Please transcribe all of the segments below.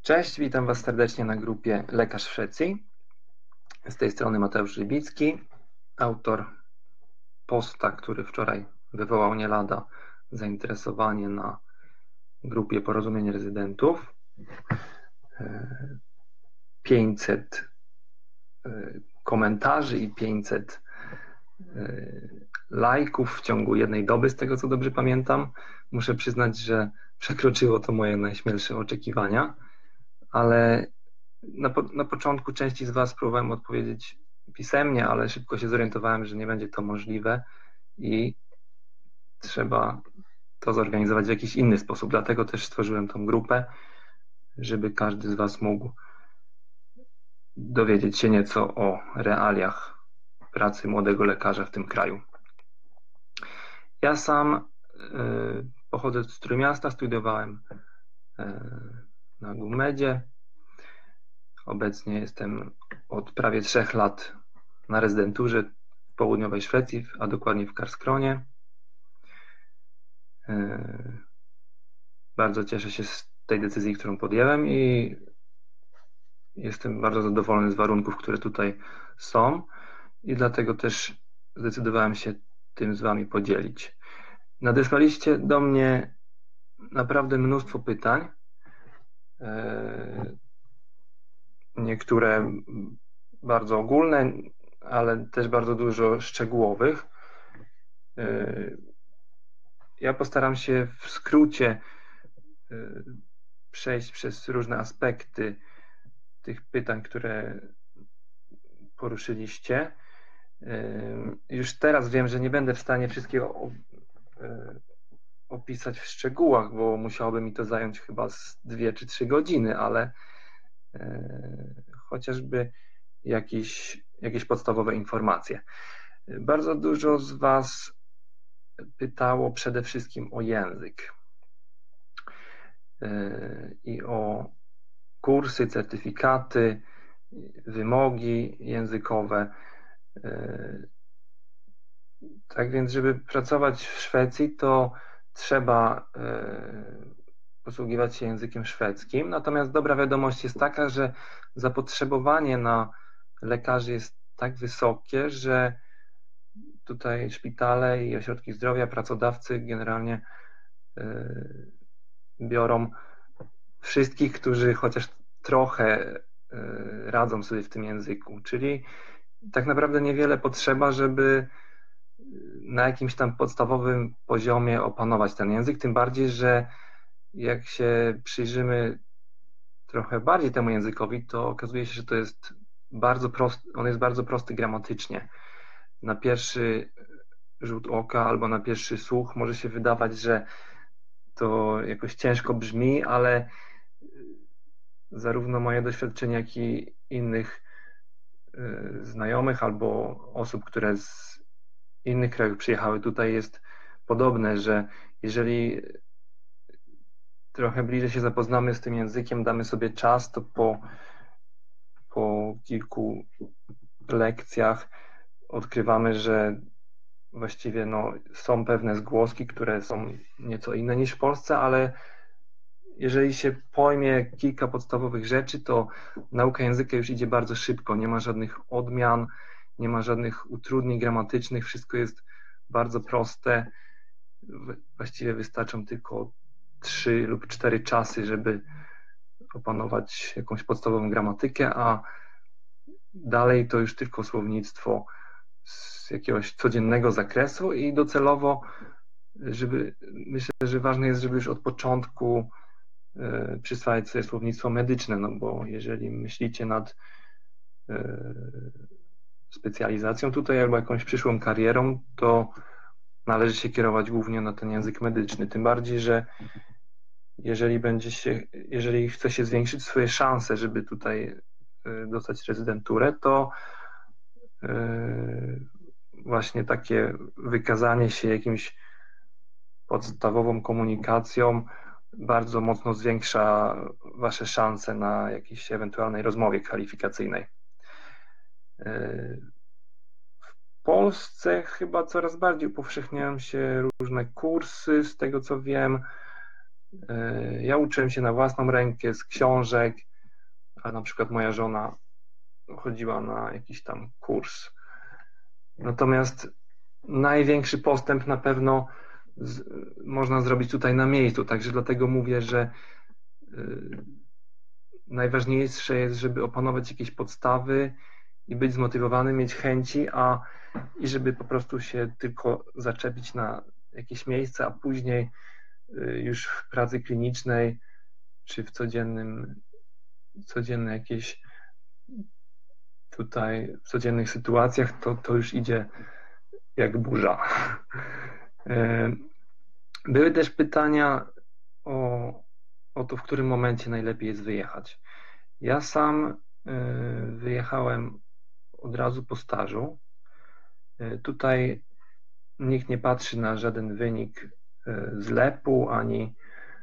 Cześć, witam Was serdecznie na grupie Lekarz w Szwecji. Z tej strony Mateusz Rybicki, autor posta, który wczoraj wywołał nie lada zainteresowanie na grupie Porozumienie Rezydentów. 500 komentarzy i 500 lajków w ciągu jednej doby, z tego co dobrze pamiętam. Muszę przyznać, że przekroczyło to moje najśmielsze oczekiwania, ale na początku części z Was próbowałem odpowiedzieć pisemnie, ale szybko się zorientowałem, że nie będzie to możliwe i trzeba to zorganizować w jakiś inny sposób. Dlatego też stworzyłem tą grupę, żeby każdy z Was mógł dowiedzieć się nieco o realiach pracy młodego lekarza w tym kraju. Ja sam pochodzę z Trójmiasta, studiowałem na GUMedzie. Obecnie jestem od prawie 3 lat na rezydenturze w południowej Szwecji, a dokładnie w Karlskronie. Bardzo cieszę się z tej decyzji, którą podjęłem i jestem bardzo zadowolony z warunków, które tutaj są i dlatego też zdecydowałem się tym z Wami podzielić. Nadesłaliście do mnie naprawdę mnóstwo pytań. Niektóre bardzo ogólne, ale też bardzo dużo szczegółowych. Ja postaram się w skrócie przejść przez różne aspekty tych pytań, które poruszyliście. Już teraz wiem, że nie będę w stanie wszystkiego opisać w szczegółach, bo musiałoby mi to zająć chyba z 2 czy 3 godziny, ale chociażby jakieś podstawowe informacje. Bardzo dużo z Was pytało przede wszystkim o język i o kursy, certyfikaty, wymogi językowe. Tak więc, żeby pracować w Szwecji, to trzeba posługiwać się językiem szwedzkim. Natomiast dobra wiadomość jest taka, że zapotrzebowanie na lekarzy jest tak wysokie, że tutaj szpitale i ośrodki zdrowia, pracodawcy generalnie biorą wszystkich, którzy chociaż trochę radzą sobie w tym języku. Czyli tak naprawdę niewiele potrzeba, żeby na jakimś tam podstawowym poziomie opanować ten język, tym bardziej, że jak się przyjrzymy trochę bardziej temu językowi, to okazuje się, że to jest bardzo prosty, on jest bardzo prosty gramatycznie. Na pierwszy rzut oka albo na pierwszy słuch może się wydawać, że to jakoś ciężko brzmi, ale zarówno moje doświadczenie, jak i innych znajomych albo osób, które z innych krajów przyjechały tutaj, jest podobne, że jeżeli trochę bliżej się zapoznamy z tym językiem, damy sobie czas, to po kilku lekcjach odkrywamy, że właściwie są pewne zgłoski, które są nieco inne niż w Polsce, ale jeżeli się pojmie kilka podstawowych rzeczy, to nauka języka już idzie bardzo szybko. Nie ma żadnych odmian, nie ma żadnych utrudnień gramatycznych, wszystko jest bardzo proste. Właściwie wystarczą tylko 3 lub 4 czasy, żeby opanować jakąś podstawową gramatykę, a dalej to już tylko słownictwo z jakiegoś codziennego zakresu i docelowo, myślę, że ważne jest, żeby już od początku przyswajać sobie słownictwo medyczne, bo jeżeli myślicie nad specjalizacją tutaj albo jakąś przyszłą karierą, to należy się kierować głównie na ten język medyczny, tym bardziej, że jeżeli chce się zwiększyć swoje szanse, żeby tutaj dostać rezydenturę, to właśnie takie wykazanie się jakimś podstawową komunikacją bardzo mocno zwiększa Wasze szanse na jakiejś ewentualnej rozmowie kwalifikacyjnej. W Polsce chyba coraz bardziej upowszechniają się różne kursy, z tego co wiem. Ja uczyłem się na własną rękę, z książek, a na przykład moja żona chodziła na jakiś tam kurs. Natomiast największy postęp na pewno można zrobić tutaj na miejscu, także dlatego mówię, że najważniejsze jest, żeby opanować jakieś podstawy i być zmotywowany, mieć chęci, i żeby po prostu się tylko zaczepić na jakieś miejsce, a później już w pracy klinicznej czy w codziennej jakieś tutaj w codziennych sytuacjach to już idzie jak burza. Były też pytania o to, w którym momencie najlepiej jest wyjechać. Ja sam wyjechałem od razu po stażu. Tutaj nikt nie patrzy na żaden wynik zlepu, ani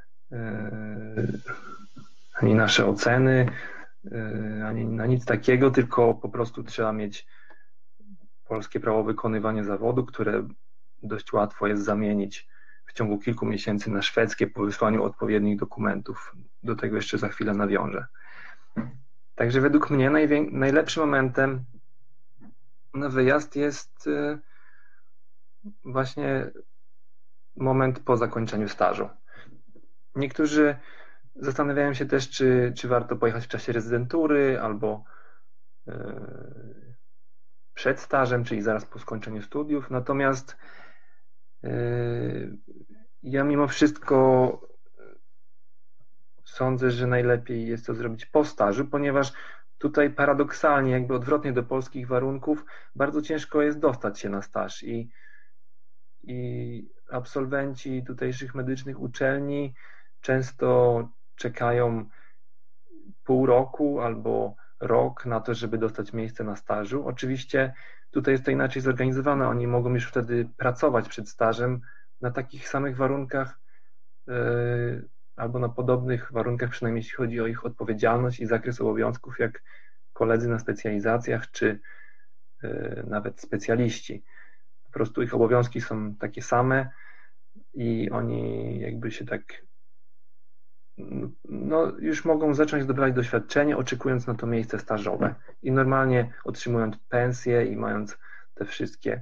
nasze oceny, ani na nic takiego, tylko po prostu trzeba mieć polskie prawo wykonywania zawodu, które dość łatwo jest zamienić w ciągu kilku miesięcy na szwedzkie po wysłaniu odpowiednich dokumentów. Do tego jeszcze za chwilę nawiążę. Także według mnie najlepszym momentem na wyjazd jest właśnie moment po zakończeniu stażu. Niektórzy zastanawiają się też, czy warto pojechać w czasie rezydentury albo przed stażem, czyli zaraz po skończeniu studiów. Natomiast ja mimo wszystko sądzę, że najlepiej jest to zrobić po stażu, ponieważ tutaj paradoksalnie, jakby odwrotnie do polskich warunków, bardzo ciężko jest dostać się na staż i absolwenci tutejszych medycznych uczelni często czekają pół roku albo rok na to, żeby dostać miejsce na stażu. Oczywiście tutaj jest to inaczej zorganizowane. Oni mogą już wtedy pracować przed stażem na takich samych warunkach albo na podobnych warunkach, przynajmniej jeśli chodzi o ich odpowiedzialność i zakres obowiązków, jak koledzy na specjalizacjach czy nawet specjaliści. Po prostu ich obowiązki są takie same i oni jakby się tak już mogą zacząć zdobywać doświadczenie, oczekując na to miejsce stażowe i normalnie otrzymując pensję i mając te wszystkie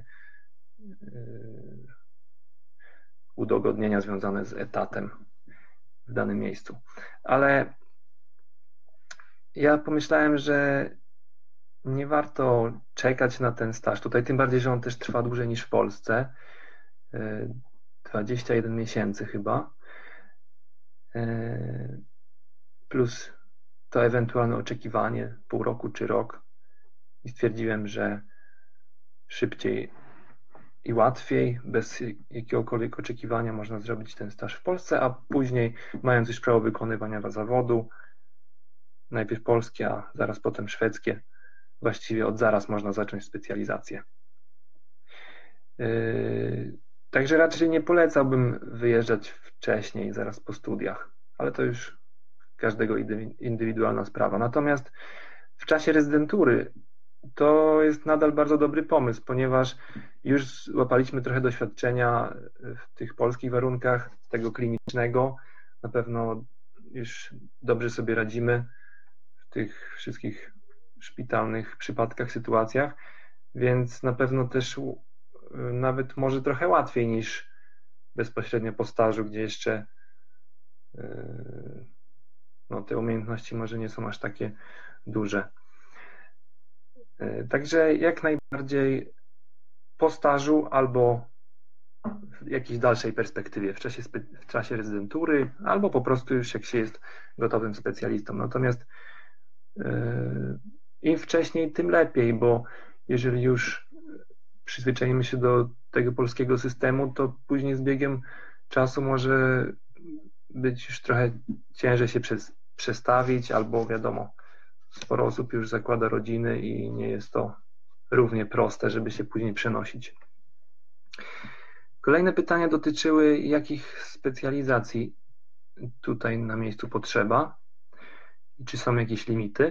udogodnienia związane z etatem w danym miejscu. Ale ja pomyślałem, że nie warto czekać na ten staż tutaj, tym bardziej, że on też trwa dłużej niż w Polsce. 21 miesięcy chyba. Plus to ewentualne oczekiwanie pół roku czy rok. I stwierdziłem, że szybciej i łatwiej, bez jakiegokolwiek oczekiwania można zrobić ten staż w Polsce, a później, mając już prawo wykonywania zawodu, najpierw polskie, a zaraz potem szwedzkie, właściwie od zaraz można zacząć specjalizację. Także raczej nie polecałbym wyjeżdżać wcześniej, zaraz po studiach, ale to już każdego indywidualna sprawa. Natomiast w czasie rezydentury to jest nadal bardzo dobry pomysł, ponieważ już złapaliśmy trochę doświadczenia w tych polskich warunkach, tego klinicznego. Na pewno już dobrze sobie radzimy w tych wszystkich szpitalnych przypadkach, sytuacjach, więc na pewno też nawet może trochę łatwiej niż bezpośrednio po stażu, gdzie jeszcze te umiejętności może nie są aż takie duże. Także jak najbardziej po stażu albo w jakiejś dalszej perspektywie, w czasie rezydentury, albo po prostu już jak się jest gotowym specjalistą. Natomiast im wcześniej, tym lepiej, bo jeżeli już przyzwyczajimy się do tego polskiego systemu, to później z biegiem czasu może być już trochę ciężej się przestawić, albo wiadomo, sporo osób już zakłada rodziny i nie jest to równie proste, żeby się później przenosić. Kolejne pytania dotyczyły, jakich specjalizacji tutaj na miejscu potrzeba i czy są jakieś limity.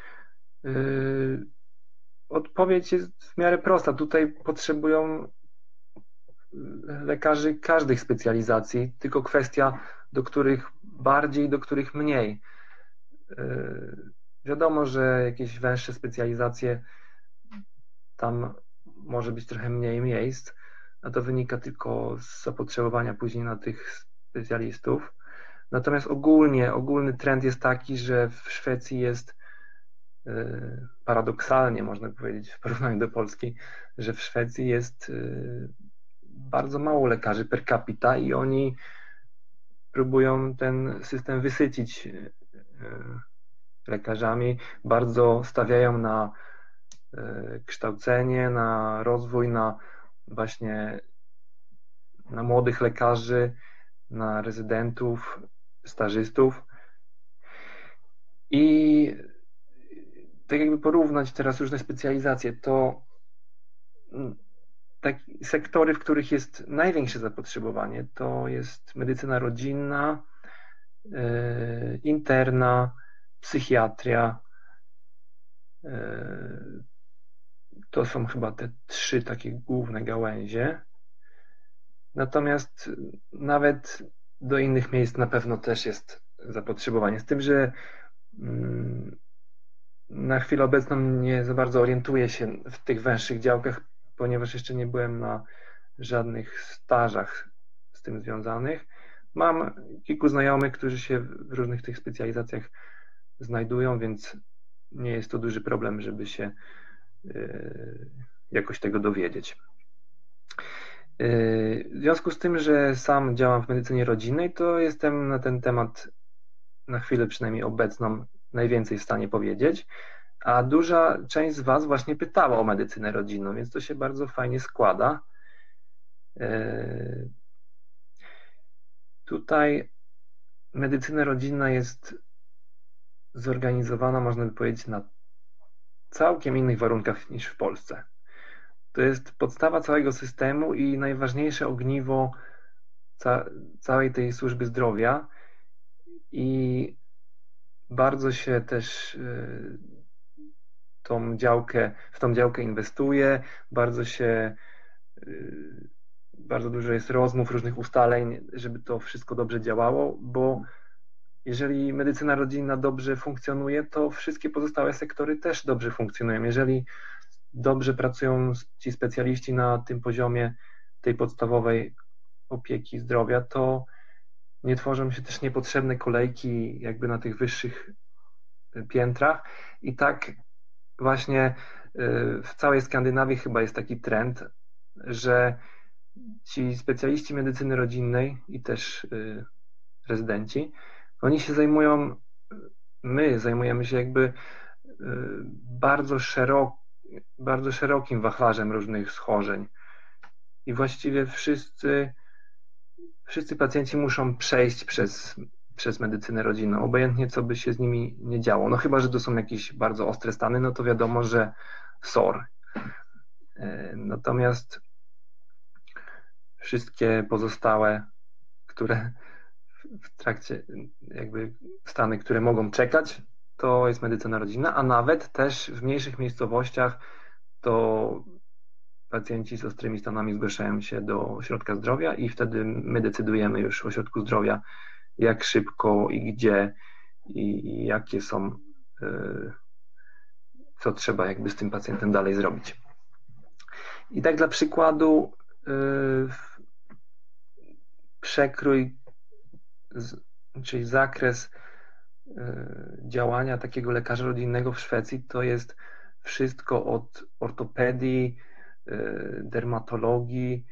Odpowiedź jest w miarę prosta. Tutaj potrzebują lekarzy każdych specjalizacji, tylko kwestia do których bardziej, do których mniej. Wiadomo, że jakieś węższe specjalizacje, tam może być trochę mniej miejsc, a to wynika tylko z zapotrzebowania później na tych specjalistów. Natomiast ogólny trend jest taki, że w Szwecji jest paradoksalnie, można powiedzieć, w porównaniu do Polski, że w Szwecji jest bardzo mało lekarzy per capita i oni próbują ten system wysycić lekarzami, bardzo stawiają na kształcenie, na rozwój, na właśnie na młodych lekarzy, na rezydentów, stażystów. I tak jakby porównać teraz różne specjalizacje, to sektory, w których jest największe zapotrzebowanie, to jest medycyna rodzinna, interna, psychiatria. To są chyba te 3 takie główne gałęzie. Natomiast nawet do innych miejsc na pewno też jest zapotrzebowanie. Z tym, że na chwilę obecną nie za bardzo orientuję się w tych węższych działkach, ponieważ jeszcze nie byłem na żadnych stażach z tym związanych. Mam kilku znajomych, którzy się w różnych tych specjalizacjach znajdują, więc nie jest to duży problem, żeby się jakoś tego dowiedzieć. W związku z tym, że sam działam w medycynie rodzinnej, to jestem na ten temat na chwilę przynajmniej obecną najwięcej w stanie powiedzieć, a duża część z Was właśnie pytała o medycynę rodzinną, więc to się bardzo fajnie składa. Tutaj medycyna rodzinna jest zorganizowana, można by powiedzieć, na całkiem innych warunkach niż w Polsce. To jest podstawa całego systemu i najważniejsze ogniwo całej tej służby zdrowia i bardzo się też w tą działkę inwestuje, bardzo dużo jest rozmów, różnych ustaleń, żeby to wszystko dobrze działało, bo jeżeli medycyna rodzinna dobrze funkcjonuje, to wszystkie pozostałe sektory też dobrze funkcjonują. Jeżeli dobrze pracują ci specjaliści na tym poziomie tej podstawowej opieki zdrowia, to nie tworzą się też niepotrzebne kolejki jakby na tych wyższych piętrach i tak właśnie w całej Skandynawii chyba jest taki trend, że ci specjaliści medycyny rodzinnej i też rezydenci, oni się zajmujemy się jakby bardzo szerokim wachlarzem różnych schorzeń i właściwie wszyscy pacjenci muszą przejść przez medycynę rodzinną, obojętnie co by się z nimi nie działo. No chyba, że to są jakieś bardzo ostre stany, no to wiadomo, że SOR. Natomiast wszystkie pozostałe, które w trakcie jakby stany, które mogą czekać, to jest medycyna rodzinna, a nawet też w mniejszych miejscowościach to pacjenci z ostrymi stanami zgłaszają się do ośrodka zdrowia i wtedy my decydujemy już w ośrodku zdrowia, jak szybko i gdzie i jakie są, co trzeba jakby z tym pacjentem dalej zrobić. I tak dla przykładu przekrój, czyli zakres działania takiego lekarza rodzinnego w Szwecji to jest wszystko od ortopedii, dermatologii,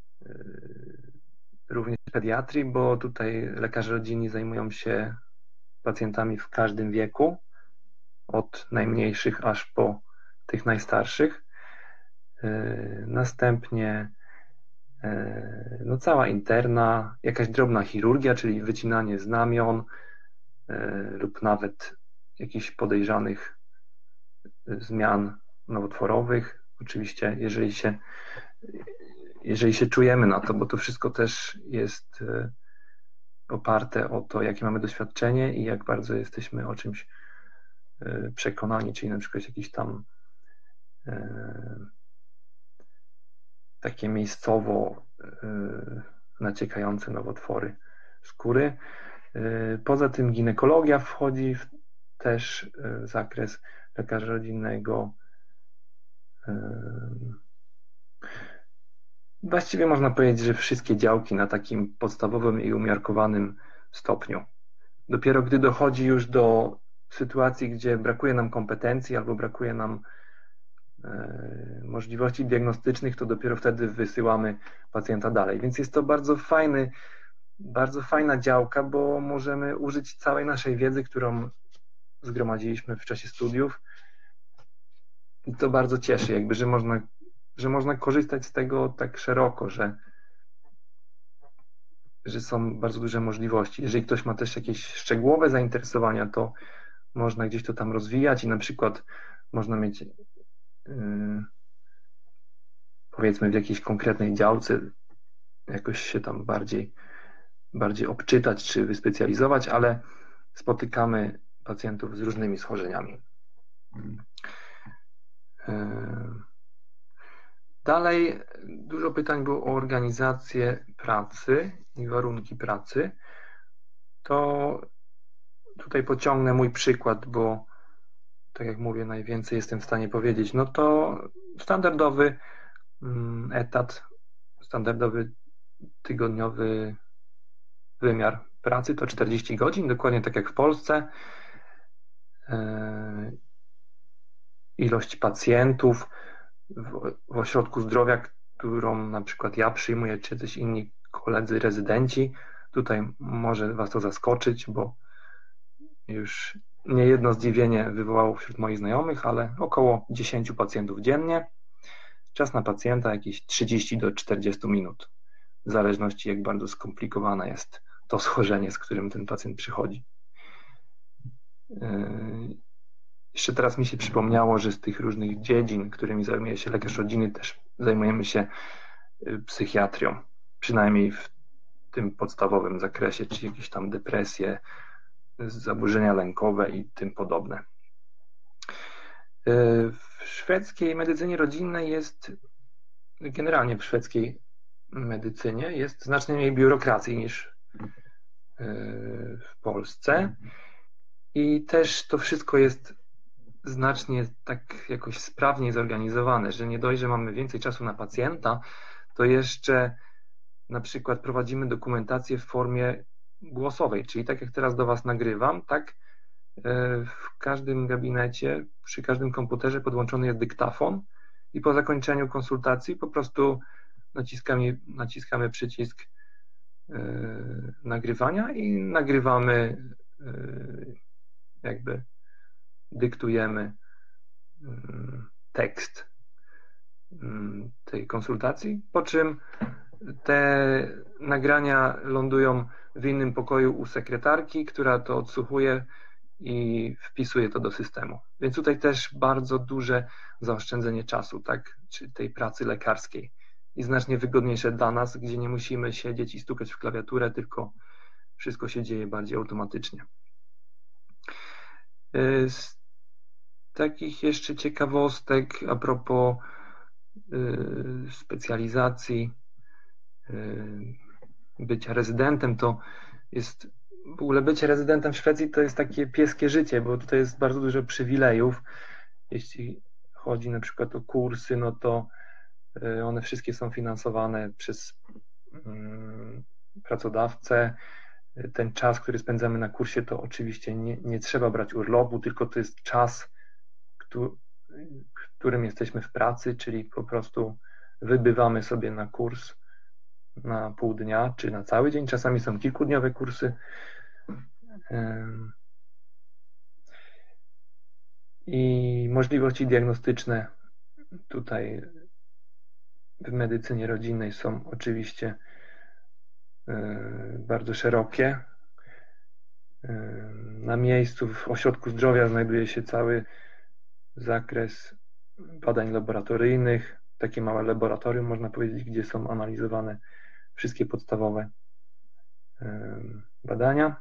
również pediatrii, bo tutaj lekarze rodzinni zajmują się pacjentami w każdym wieku, od najmniejszych aż po tych najstarszych. Następnie no cała interna, jakaś drobna chirurgia, czyli wycinanie znamion lub nawet jakichś podejrzanych zmian nowotworowych. Oczywiście, jeżeli się czujemy na to, bo to wszystko też jest oparte o to, jakie mamy doświadczenie i jak bardzo jesteśmy o czymś przekonani, czyli na przykład jakieś tam takie miejscowo naciekające nowotwory skóry. Poza tym ginekologia wchodzi też w zakres lekarza rodzinnego. Właściwie można powiedzieć, że wszystkie działki na takim podstawowym i umiarkowanym stopniu. Dopiero gdy dochodzi już do sytuacji, gdzie brakuje nam kompetencji albo brakuje nam możliwości diagnostycznych, to dopiero wtedy wysyłamy pacjenta dalej. Więc jest to bardzo fajna działka, bo możemy użyć całej naszej wiedzy, którą zgromadziliśmy w czasie studiów. I to bardzo cieszy, jakby, że można korzystać z tego tak szeroko, że są bardzo duże możliwości. Jeżeli ktoś ma też jakieś szczegółowe zainteresowania, to można gdzieś to tam rozwijać i na przykład można mieć powiedzmy w jakiejś konkretnej działce jakoś się tam bardziej obczytać czy wyspecjalizować, ale spotykamy pacjentów z różnymi schorzeniami. Dalej dużo pytań było o organizację pracy i warunki pracy. To tutaj pociągnę mój przykład, bo tak jak mówię, najwięcej jestem w stanie powiedzieć. No to standardowy etat, standardowy tygodniowy wymiar pracy to 40 godzin, dokładnie tak jak w Polsce. Ilość pacjentów w ośrodku zdrowia, którą na przykład ja przyjmuję, czy też inni koledzy rezydenci. Tutaj może Was to zaskoczyć, bo już niejedno zdziwienie wywołało wśród moich znajomych, ale około 10 pacjentów dziennie. Czas na pacjenta jakieś 30 do 40 minut, w zależności jak bardzo skomplikowane jest to schorzenie, z którym ten pacjent przychodzi. Jeszcze teraz mi się przypomniało, że z tych różnych dziedzin, którymi zajmuje się lekarz rodziny, też zajmujemy się psychiatrią, przynajmniej w tym podstawowym zakresie, czy jakieś tam depresje, zaburzenia lękowe i tym podobne. W szwedzkiej medycynie rodzinnej generalnie w szwedzkiej medycynie jest znacznie mniej biurokracji niż w Polsce i też to wszystko jest znacznie tak jakoś sprawniej zorganizowane, że nie dość, że mamy więcej czasu na pacjenta, to jeszcze na przykład prowadzimy dokumentację w formie głosowej, czyli tak jak teraz do Was nagrywam, tak w każdym gabinecie, przy każdym komputerze podłączony jest dyktafon i po zakończeniu konsultacji po prostu naciskamy przycisk nagrywania i nagrywamy, jakby dyktujemy tekst tej konsultacji, po czym te nagrania lądują w innym pokoju u sekretarki, która to odsłuchuje i wpisuje to do systemu. Więc tutaj też bardzo duże zaoszczędzenie czasu, tak, czy tej pracy lekarskiej i znacznie wygodniejsze dla nas, gdzie nie musimy siedzieć i stukać w klawiaturę, tylko wszystko się dzieje bardziej automatycznie. Z takich jeszcze ciekawostek a propos specjalizacji, bycia rezydentem, to jest w ogóle bycie rezydentem w Szwecji to jest takie pieskie życie, bo tutaj jest bardzo dużo przywilejów. Jeśli chodzi na przykład o kursy, no to one wszystkie są finansowane przez pracodawcę. Ten czas, który spędzamy na kursie, to oczywiście nie trzeba brać urlopu, tylko to jest czas, w którym jesteśmy w pracy, czyli po prostu wybywamy sobie na kurs na pół dnia, czy na cały dzień. Czasami są kilkudniowe kursy. I możliwości diagnostyczne tutaj w medycynie rodzinnej są oczywiście bardzo szerokie. Na miejscu w ośrodku zdrowia znajduje się cały zakres badań laboratoryjnych, takie małe laboratorium, można powiedzieć, gdzie są analizowane wszystkie podstawowe badania.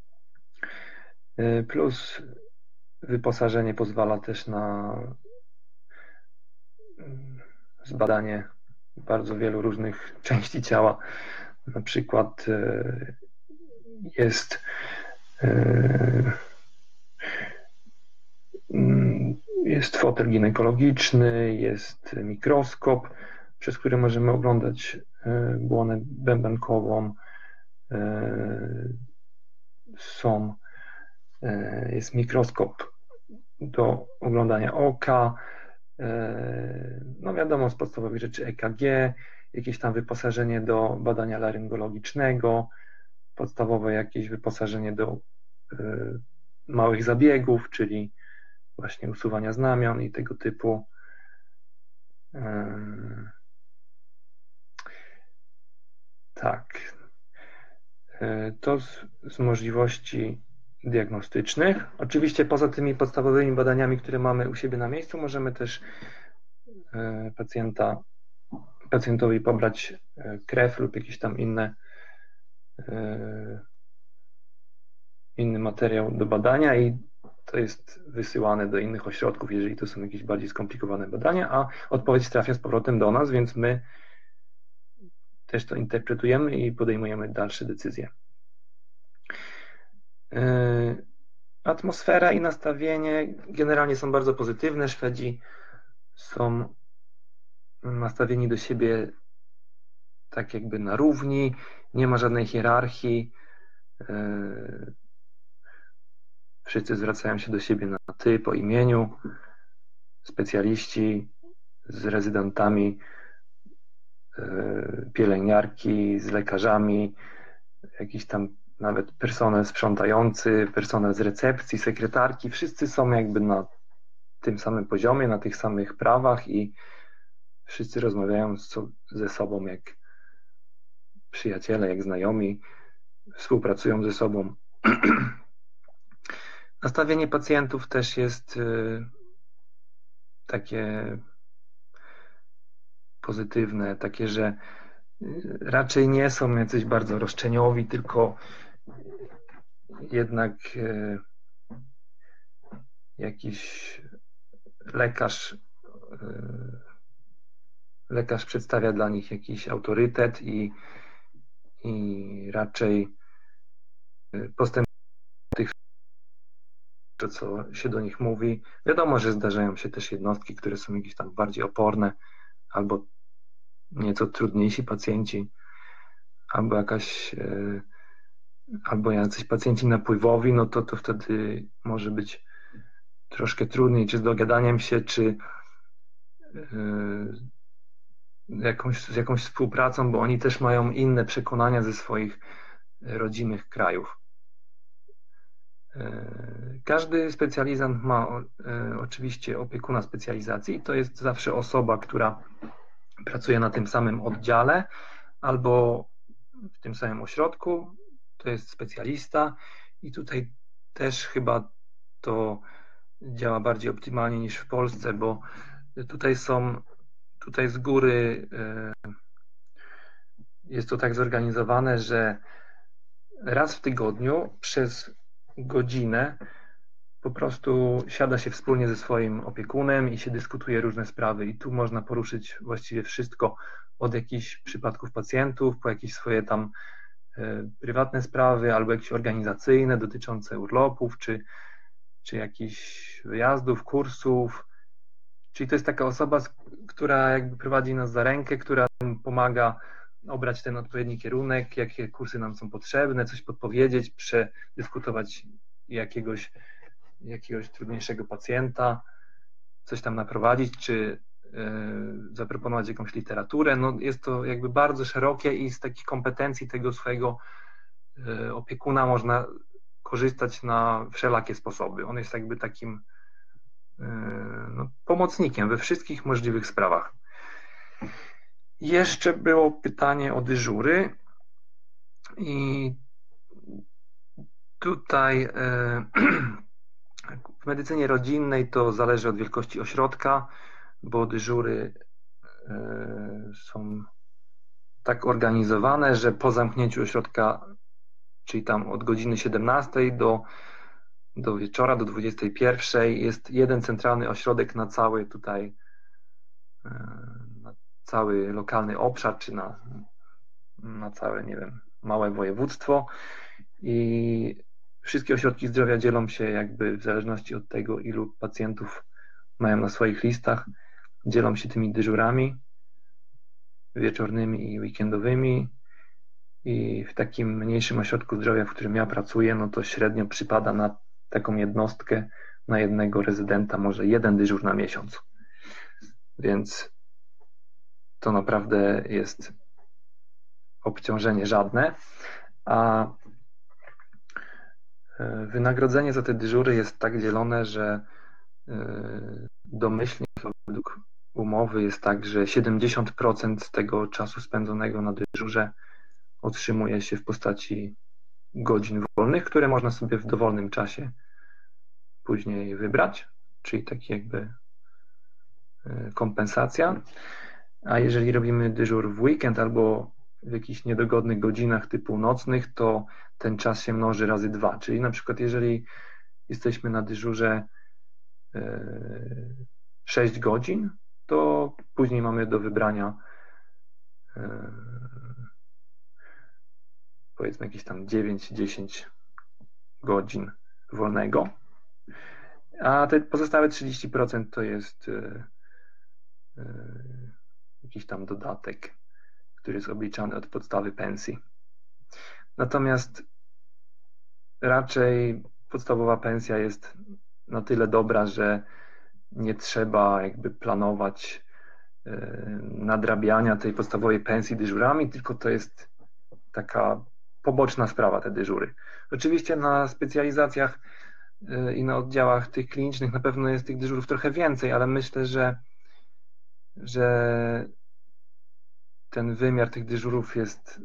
Plus wyposażenie pozwala też na zbadanie bardzo wielu różnych części ciała, na przykład jest fotel ginekologiczny, jest mikroskop, przez który możemy oglądać błonę bębenkową. Jest mikroskop do oglądania oka, no wiadomo, z podstawowych rzeczy EKG, jakieś tam wyposażenie do badania laryngologicznego, podstawowe jakieś wyposażenie do małych zabiegów, czyli właśnie usuwania znamion i tego typu. Tak. To z możliwości diagnostycznych. Oczywiście poza tymi podstawowymi badaniami, które mamy u siebie na miejscu, możemy też pacjentowi pobrać krew lub jakiś tam inny materiał do badania i to jest wysyłane do innych ośrodków, jeżeli to są jakieś bardziej skomplikowane badania, a odpowiedź trafia z powrotem do nas, więc my też to interpretujemy i podejmujemy dalsze decyzje. Atmosfera i nastawienie generalnie są bardzo pozytywne. Szwedzi są nastawieni do siebie tak jakby na równi, nie ma żadnej hierarchii. Wszyscy zwracają się do siebie na ty, po imieniu. Specjaliści z rezydentami, pielęgniarki, z lekarzami, jakiś tam nawet personel sprzątający, personel z recepcji, sekretarki, wszyscy są jakby na tym samym poziomie, na tych samych prawach i wszyscy rozmawiają ze sobą jak przyjaciele, jak znajomi, współpracują ze sobą. Nastawienie pacjentów też jest takie pozytywne, takie, że raczej nie są jacyś bardzo roszczeniowi, tylko jednak jakiś lekarz przedstawia dla nich jakiś autorytet i raczej postępuje tych, co się do nich mówi. Wiadomo, że zdarzają się też jednostki, które są jakieś tam bardziej oporne albo nieco trudniejsi pacjenci, albo jacyś pacjenci napływowi, no to wtedy może być troszkę trudniej, czy z dogadaniem się, czy z jakąś współpracą, bo oni też mają inne przekonania ze swoich rodzimych krajów. Każdy specjalizant ma oczywiście opiekuna specjalizacji i to jest zawsze osoba, która pracuje na tym samym oddziale albo w tym samym ośrodku. To jest specjalista i tutaj też chyba to działa bardziej optymalnie niż w Polsce, bo tutaj z góry jest to tak zorganizowane, że raz w tygodniu przez godzinę po prostu siada się wspólnie ze swoim opiekunem i się dyskutuje różne sprawy i tu można poruszyć właściwie wszystko, od jakichś przypadków pacjentów, po jakieś swoje tam prywatne sprawy albo jakieś organizacyjne dotyczące urlopów, czy jakichś wyjazdów, kursów. Czyli to jest taka osoba, która jakby prowadzi nas za rękę, która nam pomaga obrać ten odpowiedni kierunek, jakie kursy nam są potrzebne, coś podpowiedzieć, przedyskutować jakiegoś trudniejszego pacjenta, coś tam naprowadzić, czy zaproponować jakąś literaturę. No jest to jakby bardzo szerokie i z takich kompetencji tego swojego opiekuna można korzystać na wszelakie sposoby. On jest jakby takim pomocnikiem we wszystkich możliwych sprawach. Jeszcze było pytanie o dyżury i tutaj w medycynie rodzinnej to zależy od wielkości ośrodka, bo dyżury są tak organizowane, że po zamknięciu ośrodka, czyli tam od godziny 17 do wieczora, do 21 jest jeden centralny ośrodek na cały tutaj, na cały lokalny obszar, czy na całe, nie wiem, małe województwo. i wszystkie ośrodki zdrowia dzielą się jakby w zależności od tego, ilu pacjentów mają na swoich listach, dzielą się tymi dyżurami wieczornymi i weekendowymi i w takim mniejszym ośrodku zdrowia, w którym ja pracuję, no to średnio przypada na taką jednostkę, na jednego rezydenta może jeden dyżur na miesiąc. Więc to naprawdę jest obciążenie żadne, a wynagrodzenie za te dyżury jest tak dzielone, że domyślnie według umowy jest tak, że 70% tego czasu spędzonego na dyżurze otrzymuje się w postaci godzin wolnych, które można sobie w dowolnym czasie później wybrać, czyli taki jakby kompensacja. A jeżeli robimy dyżur w weekend albo w jakichś niedogodnych godzinach typu nocnych, to ten czas się mnoży razy 2. Czyli na przykład jeżeli jesteśmy na dyżurze 6 godzin, to później mamy do wybrania powiedzmy jakieś tam 9-10 godzin wolnego, a te pozostałe 30% to jest jakiś tam dodatek, który jest obliczany od podstawy pensji. Natomiast raczej podstawowa pensja jest na tyle dobra, że nie trzeba jakby planować nadrabiania tej podstawowej pensji dyżurami, tylko to jest taka poboczna sprawa, te dyżury. Oczywiście na specjalizacjach i na oddziałach tych klinicznych na pewno jest tych dyżurów trochę więcej, ale myślę, że ten wymiar tych dyżurów jest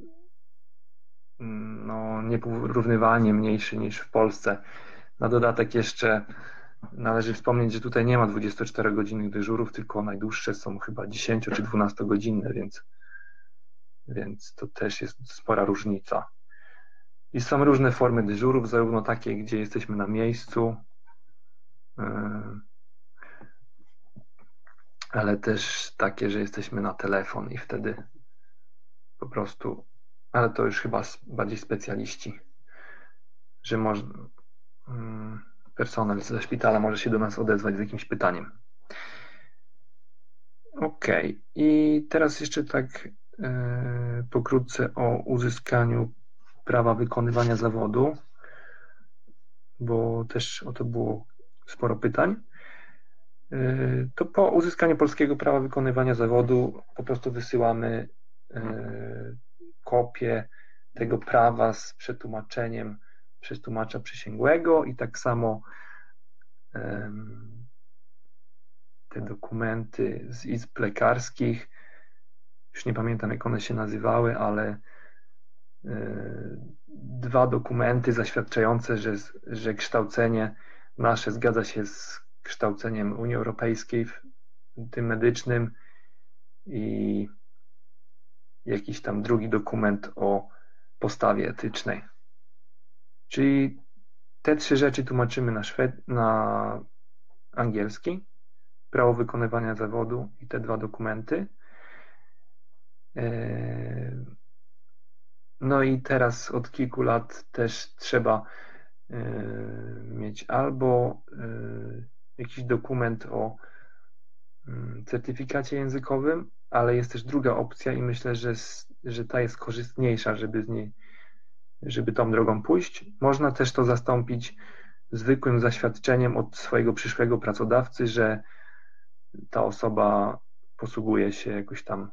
nieporównywalnie mniejszy niż w Polsce. Na dodatek jeszcze należy wspomnieć, że tutaj nie ma 24-godzinnych dyżurów, tylko najdłuższe są chyba 10 czy 12-godzinne, więc to też jest spora różnica. I są różne formy dyżurów, zarówno takie, gdzie jesteśmy na miejscu, ale też takie, że jesteśmy na telefon i wtedy po prostu, ale to już chyba bardziej specjaliści, że personel ze szpitala może się do nas odezwać z jakimś pytaniem. Ok, i teraz jeszcze tak pokrótce o uzyskaniu prawa wykonywania zawodu, bo też o to było sporo pytań. To po uzyskaniu polskiego prawa wykonywania zawodu po prostu wysyłamy kopię tego prawa z przetłumaczeniem przez tłumacza przysięgłego i tak samo te dokumenty z izb lekarskich, już nie pamiętam jak one się nazywały, ale 2 dokumenty zaświadczające, że kształcenie nasze zgadza się z kształceniem Unii Europejskiej w tym medycznym i jakiś tam drugi dokument o postawie etycznej. Czyli te 3 rzeczy tłumaczymy na angielski, prawo wykonywania zawodu i te 2 dokumenty. No i teraz od kilku lat też trzeba mieć albo jakiś dokument o certyfikacie językowym, ale jest też druga opcja i myślę, że ta jest korzystniejsza, żeby tą drogą pójść. Można też to zastąpić zwykłym zaświadczeniem od swojego przyszłego pracodawcy, że ta osoba posługuje się jakoś tam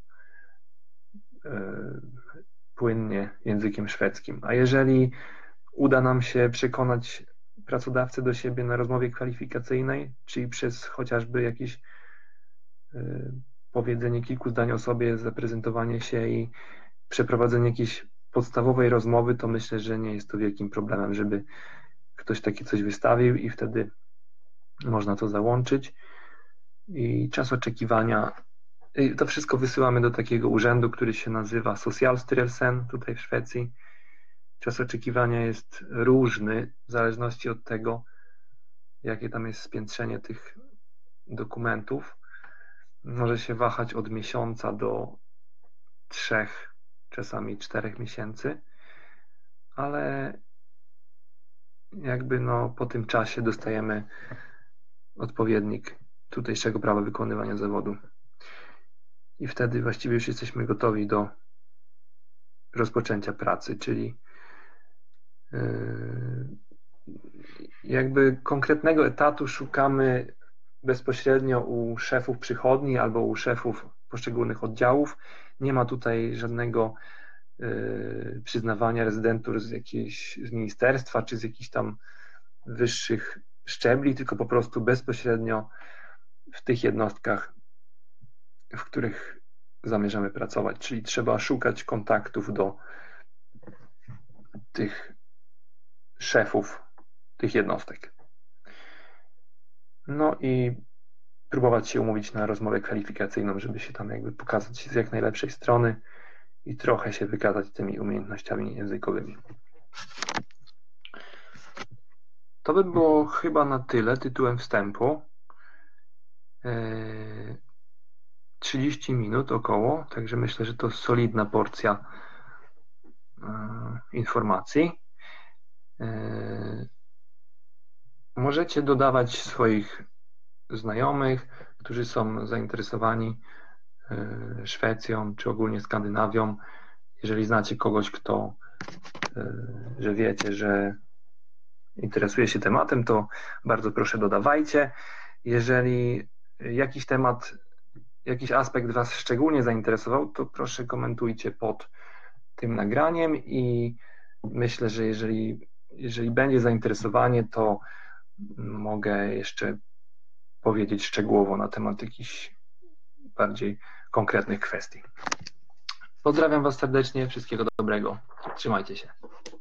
płynnie językiem szwedzkim. A jeżeli uda nam się przekonać pracodawcę do siebie na rozmowie kwalifikacyjnej, czyli przez chociażby jakieś powiedzenie kilku zdań o sobie, zaprezentowanie się i przeprowadzenie jakiejś podstawowej rozmowy, to myślę, że nie jest to wielkim problemem, żeby ktoś takie coś wystawił i wtedy można to załączyć. I czas oczekiwania, to wszystko wysyłamy do takiego urzędu, który się nazywa Socialstyrelsen tutaj w Szwecji. Czas oczekiwania jest różny w zależności od tego, jakie tam jest spiętrzenie tych dokumentów. Może się wahać od miesiąca do 3, czasami 4 miesięcy, ale jakby po tym czasie dostajemy odpowiednik tutejszego prawa wykonywania zawodu. I wtedy właściwie już jesteśmy gotowi do rozpoczęcia pracy, czyli jakby konkretnego etatu szukamy bezpośrednio u szefów przychodni albo u szefów poszczególnych oddziałów. Nie ma tutaj żadnego przyznawania rezydentur z ministerstwa czy z jakichś tam wyższych szczebli, tylko po prostu bezpośrednio w tych jednostkach, w których zamierzamy pracować, czyli trzeba szukać kontaktów do tych szefów tych jednostek. No i próbować się umówić na rozmowę kwalifikacyjną, żeby się tam jakby pokazać z jak najlepszej strony i trochę się wykazać tymi umiejętnościami językowymi. To by było chyba na tyle tytułem wstępu. 30 minut około, także myślę, że to solidna porcja informacji. Możecie dodawać swoich znajomych, którzy są zainteresowani Szwecją czy ogólnie Skandynawią. Jeżeli znacie kogoś, że wiecie, że interesuje się tematem, to bardzo proszę dodawajcie. Jeżeli jakiś temat, jakiś aspekt Was szczególnie zainteresował, to proszę komentujcie pod tym nagraniem i myślę, że jeżeli będzie zainteresowanie, to mogę jeszcze powiedzieć szczegółowo na temat jakichś bardziej konkretnych kwestii. Pozdrawiam Was serdecznie, wszystkiego dobrego. Trzymajcie się.